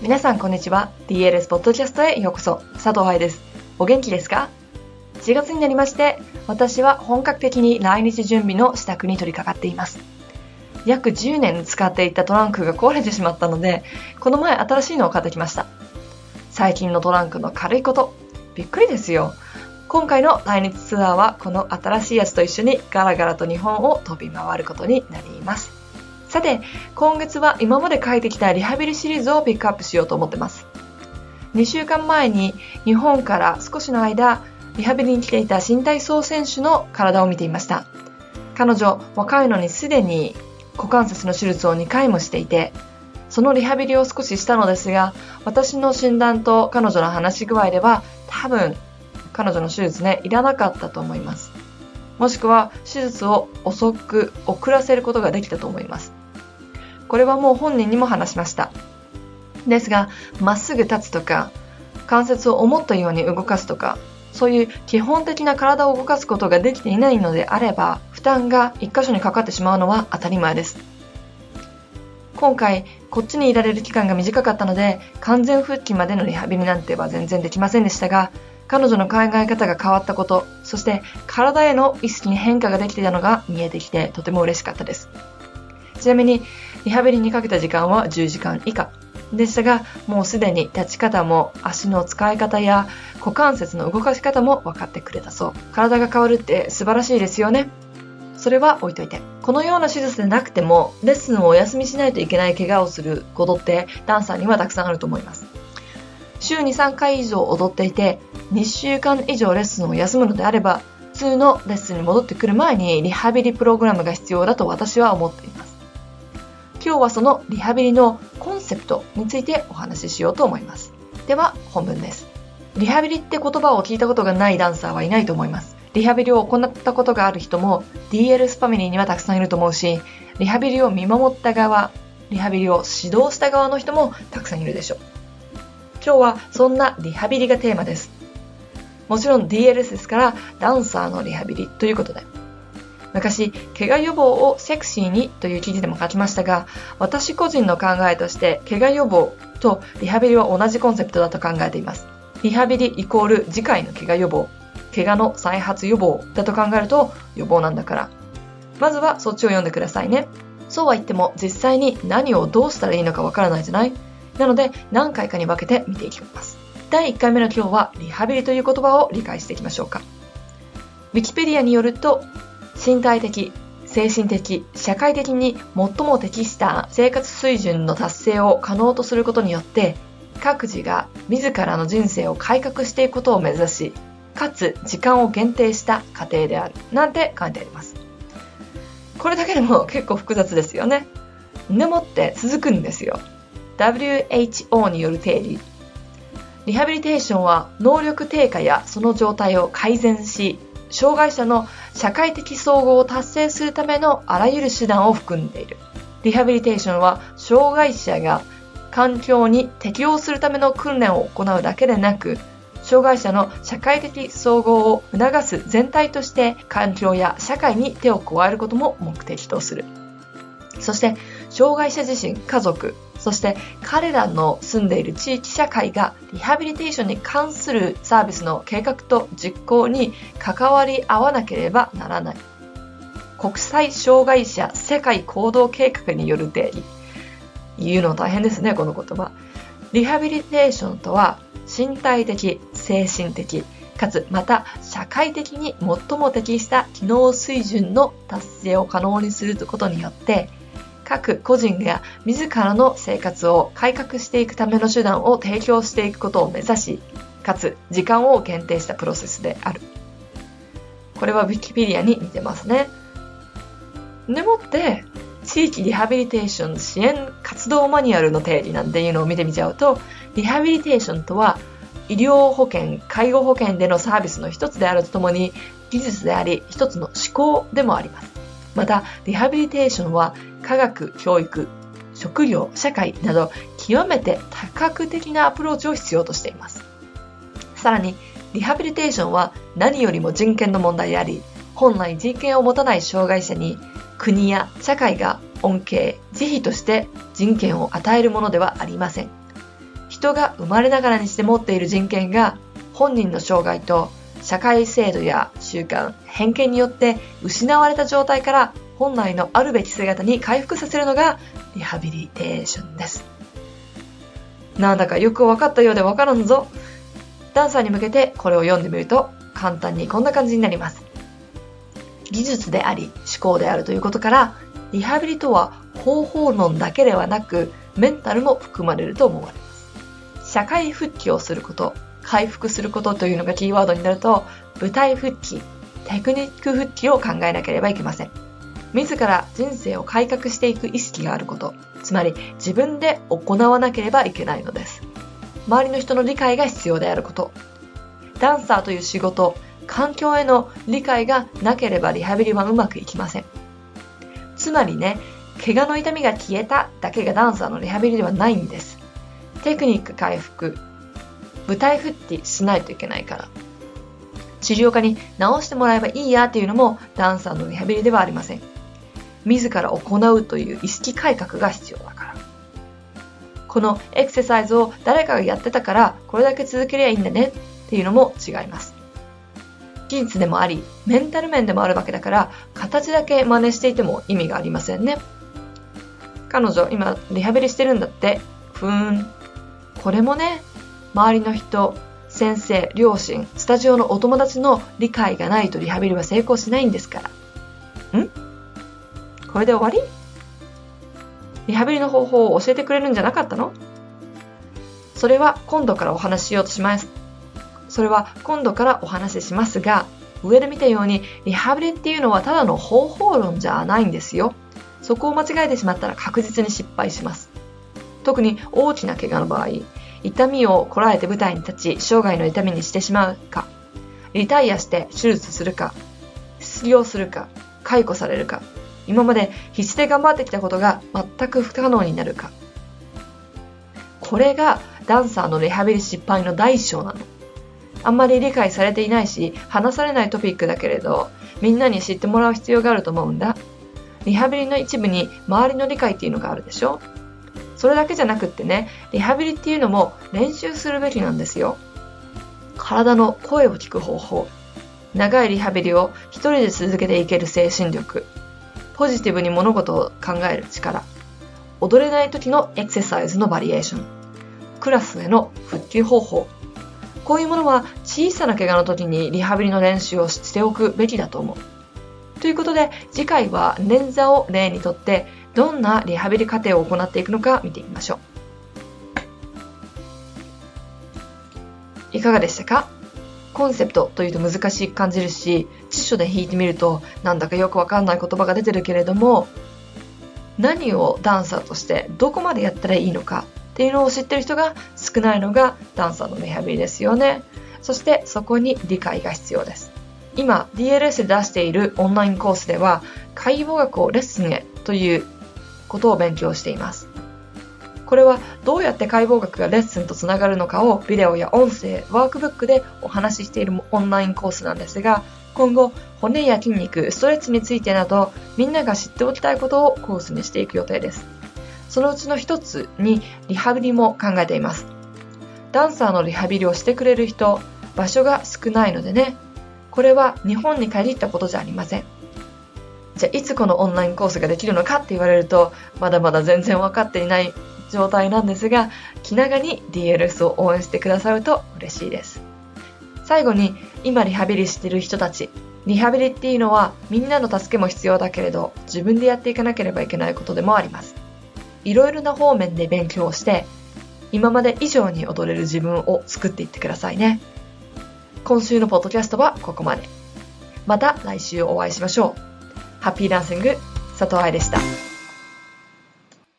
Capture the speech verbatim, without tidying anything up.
皆さんこんにちは。 ディーエルエス ポッドキャストへようこそ。佐藤愛です。お元気ですか？しがつになりまして、私は本格的に来日準備の支度に取り掛かっています。約じゅうねん使っていたトランクが壊れてしまったので、この前新しいのを買ってきました。最近のトランクの軽いこと、びっくりですよ。今回の来日ツアーはこの新しいやつと一緒にガラガラと日本を飛び回ることになります。さて、今月は今まで書いてきたリハビリシリーズをピックアップしようと思ってます。にしゅうかんまえに日本から少しの間、リハビリに来ていた新体操選手の体を見ていました。彼女、若いのにすでに股関節の手術をにかいもしていて、そのリハビリを少ししたのですが、私の診断と彼女の話し具合では、多分彼女の手術ね、いらなかったと思います。もしくは手術を遅く遅らせることができたと思います。これはもう本人にも話しました。ですが、まっすぐ立つとか、関節を思ったように動かすとか、そういう基本的な体を動かすことができていないのであれば、負担が一箇所にかかってしまうのは当たり前です。今回、こっちにいられる期間が短かったので、完全復帰までのリハビリなんては全然できませんでしたが、彼女の考え方が変わったこと、そして体への意識に変化ができていたのが見えてきてとても嬉しかったです。ちなみに、リハビリにかけた時間はじゅうじかん以下でしたが、もうすでに立ち方も足の使い方や股関節の動かし方も分かってくれたそう。体が変わるって素晴らしいですよね。それは置いといて、このような手術でなくてもレッスンをお休みしないといけない怪我をすることってダンサーにはたくさんあると思います。週にさんかい以上踊っていてにしゅうかん以上レッスンを休むのであれば、普通のレッスンに戻ってくる前にリハビリプログラムが必要だと私は思っています。今日はそのリハビリのコンセプトについてお話ししようと思います。では本文です。リハビリって言葉を聞いたことがないダンサーはいないと思います。リハビリを行ったことがある人も ディーエルエス ファミリーにはたくさんいると思うし、リハビリを見守った側、リハビリを指導した側の人もたくさんいるでしょう。今日はそんなリハビリがテーマです。もちろん ディーエルエス ですからダンサーのリハビリということで。昔、怪我予防をセクシーにという記事でも書きましたが、私個人の考えとして怪我予防とリハビリは同じコンセプトだと考えています。リハビリイコール次回の怪我予防、怪我の再発予防だと考えると予防なんだから。まずはそっちを読んでくださいね。そうは言っても実際に何をどうしたらいいのかわからないじゃない？なので何回かに分けて見ていきます。だいいっかいめの今日はリハビリという言葉を理解していきましょうか。ウィキペディアによると、身体的、精神的、社会的に最も適した生活水準の達成を可能とすることによって、各自が自らの人生を改革していくことを目指し、かつ時間を限定した過程である、なんて書いてあります。これだけでも結構複雑ですよね。でもって続くんですよ。ダブリューエイチオー による定理。リハビリテーションは能力低下やその状態を改善し、障害者の社会的総合を達成するためのあらゆる手段を含んでいる。リハビリテーションは障害者が環境に適応するための訓練を行うだけでなく、障害者の社会的総合を促す全体として環境や社会に手を加えることも目的とする。そして障害者自身、家族、そして彼らの住んでいる地域社会がリハビリテーションに関するサービスの計画と実行に関わり合わなければならない。国際障害者世界行動計画による定理。言うの大変ですね、この言葉。リハビリテーションとは身体的、精神的、かつまた社会的に最も適した機能水準の達成を可能にすることによって、各個人が自らの生活を改革していくための手段を提供していくことを目指し、かつ時間を限定したプロセスである。これはウィキペディアに似てますね。でもって、地域リハビリテーション支援活動マニュアルの定理なんていうのを見てみちゃうと、リハビリテーションとは医療保険、介護保険でのサービスの一つであるとともに、技術であり一つの思考でもあります。また、リハビリテーションは科学、教育、職業、社会など極めて多角的なアプローチを必要としています。さらに、リハビリテーションは何よりも人権の問題であり、本来人権を持たない障害者に国や社会が恩恵、慈悲として人権を与えるものではありません。 人が生まれながらにして持っている人権が本人の障害と社会制度や習慣、偏見によって失われた状態から本来のあるべき姿に回復させるのがリハビリテーションです。なんだかよく分かったようで分からんぞ。ダンサーに向けてこれを読んでみると簡単にこんな感じになります。技術であり思考であるということから、リハビリとは方法論だけではなくメンタルも含まれると思われます。社会復帰をすること、回復することというのがキーワードになると、舞台復帰、テクニック復帰を考えなければいけません。自ら人生を改革していく意識があること、つまり自分で行わなければいけないのです。周りの人の理解が必要であること。ダンサーという仕事、環境への理解がなければリハビリはうまくいきません。つまりね、怪我の痛みが消えただけがダンサーのリハビリではないんです。テクニック回復、舞台復帰しないといけないから。治療家に治してもらえばいいやっていうのもダンサーのリハビリではありません。自ら行うという意識改革が必要だから。このエクササイズを誰かがやってたからこれだけ続けりゃいいんだねっていうのも違います。技術でもあり、メンタル面でもあるわけだから、形だけ真似していても意味がありませんね。彼女、今リハビリしてるんだって。ふーん。これもね、周りの人、先生、両親、スタジオのお友達の理解がないとリハビリは成功しないんですから。ん？これで終わり？リハビリの方法を教えてくれるんじゃなかったの？それは今度からお話ししようとします。それは今度からお話ししますが、上で見たようにリハビリっていうのはただの方法論じゃないんですよ。そこを間違えてしまったら確実に失敗します。特に大きな怪我の場合、痛みをこらえて舞台に立ち、生涯の痛みにしてしまうか、リタイアして手術するか、失業するか、解雇されるか、今まで必死で頑張ってきたことが全く不可能になるか。これがダンサーのリハビリ失敗の第一章なの。あんまり理解されていないし、話されないトピックだけれど、みんなに知ってもらう必要があると思うんだ。リハビリの一部に周りの理解っていうのがあるでしょ。それだけじゃなくってね、リハビリっていうのも練習するべきなんですよ。体の声を聞く方法、長いリハビリを一人で続けていける精神力、ポジティブに物事を考える力、踊れない時のエクササイズのバリエーション、クラスへの復帰方法、こういうものは小さな怪我の時にリハビリの練習をしておくべきだと思う。ということで、次回は捻挫を例にとってどんなリハビリ過程を行っていくのか見てみましょう。いかがでしたか？コンセプトというと難しく感じるし、辞書で引いてみるとなんだかよくわかんない言葉が出てるけれども、何をダンサーとしてどこまでやったらいいのかっていうのを知ってる人が少ないのがダンサーのリハビリですよね。そしてそこに理解が必要です。今 ディーエルエス で出しているオンラインコースでは、解剖学をレッスンへということを勉強しています。これはどうやって解剖学がレッスンとつながるのかをビデオや音声、ワークブックでお話ししているオンラインコースなんですが、今後骨や筋肉、ストレッチについてなどみんなが知っておきたいことをコースにしていく予定です。そのうちの一つにリハビリも考えています。ダンサーのリハビリをしてくれる人、場所が少ないのでね、これは日本に限ったことじゃありません。じゃあいつこのオンラインコースができるのかって言われると、まだまだ全然分かっていない状態なんですが、気長に ディーエルエス を応援してくださると嬉しいです。最後に、今リハビリしている人たち、リハビリっていうのはみんなの助けも必要だけれど、自分でやっていかなければいけないことでもあります。いろいろな方面で勉強をして、今まで以上に踊れる自分を作っていってくださいね。今週のポッドキャストはここまで。また来週お会いしましょう。ハッピーダンシング、佐藤愛でした。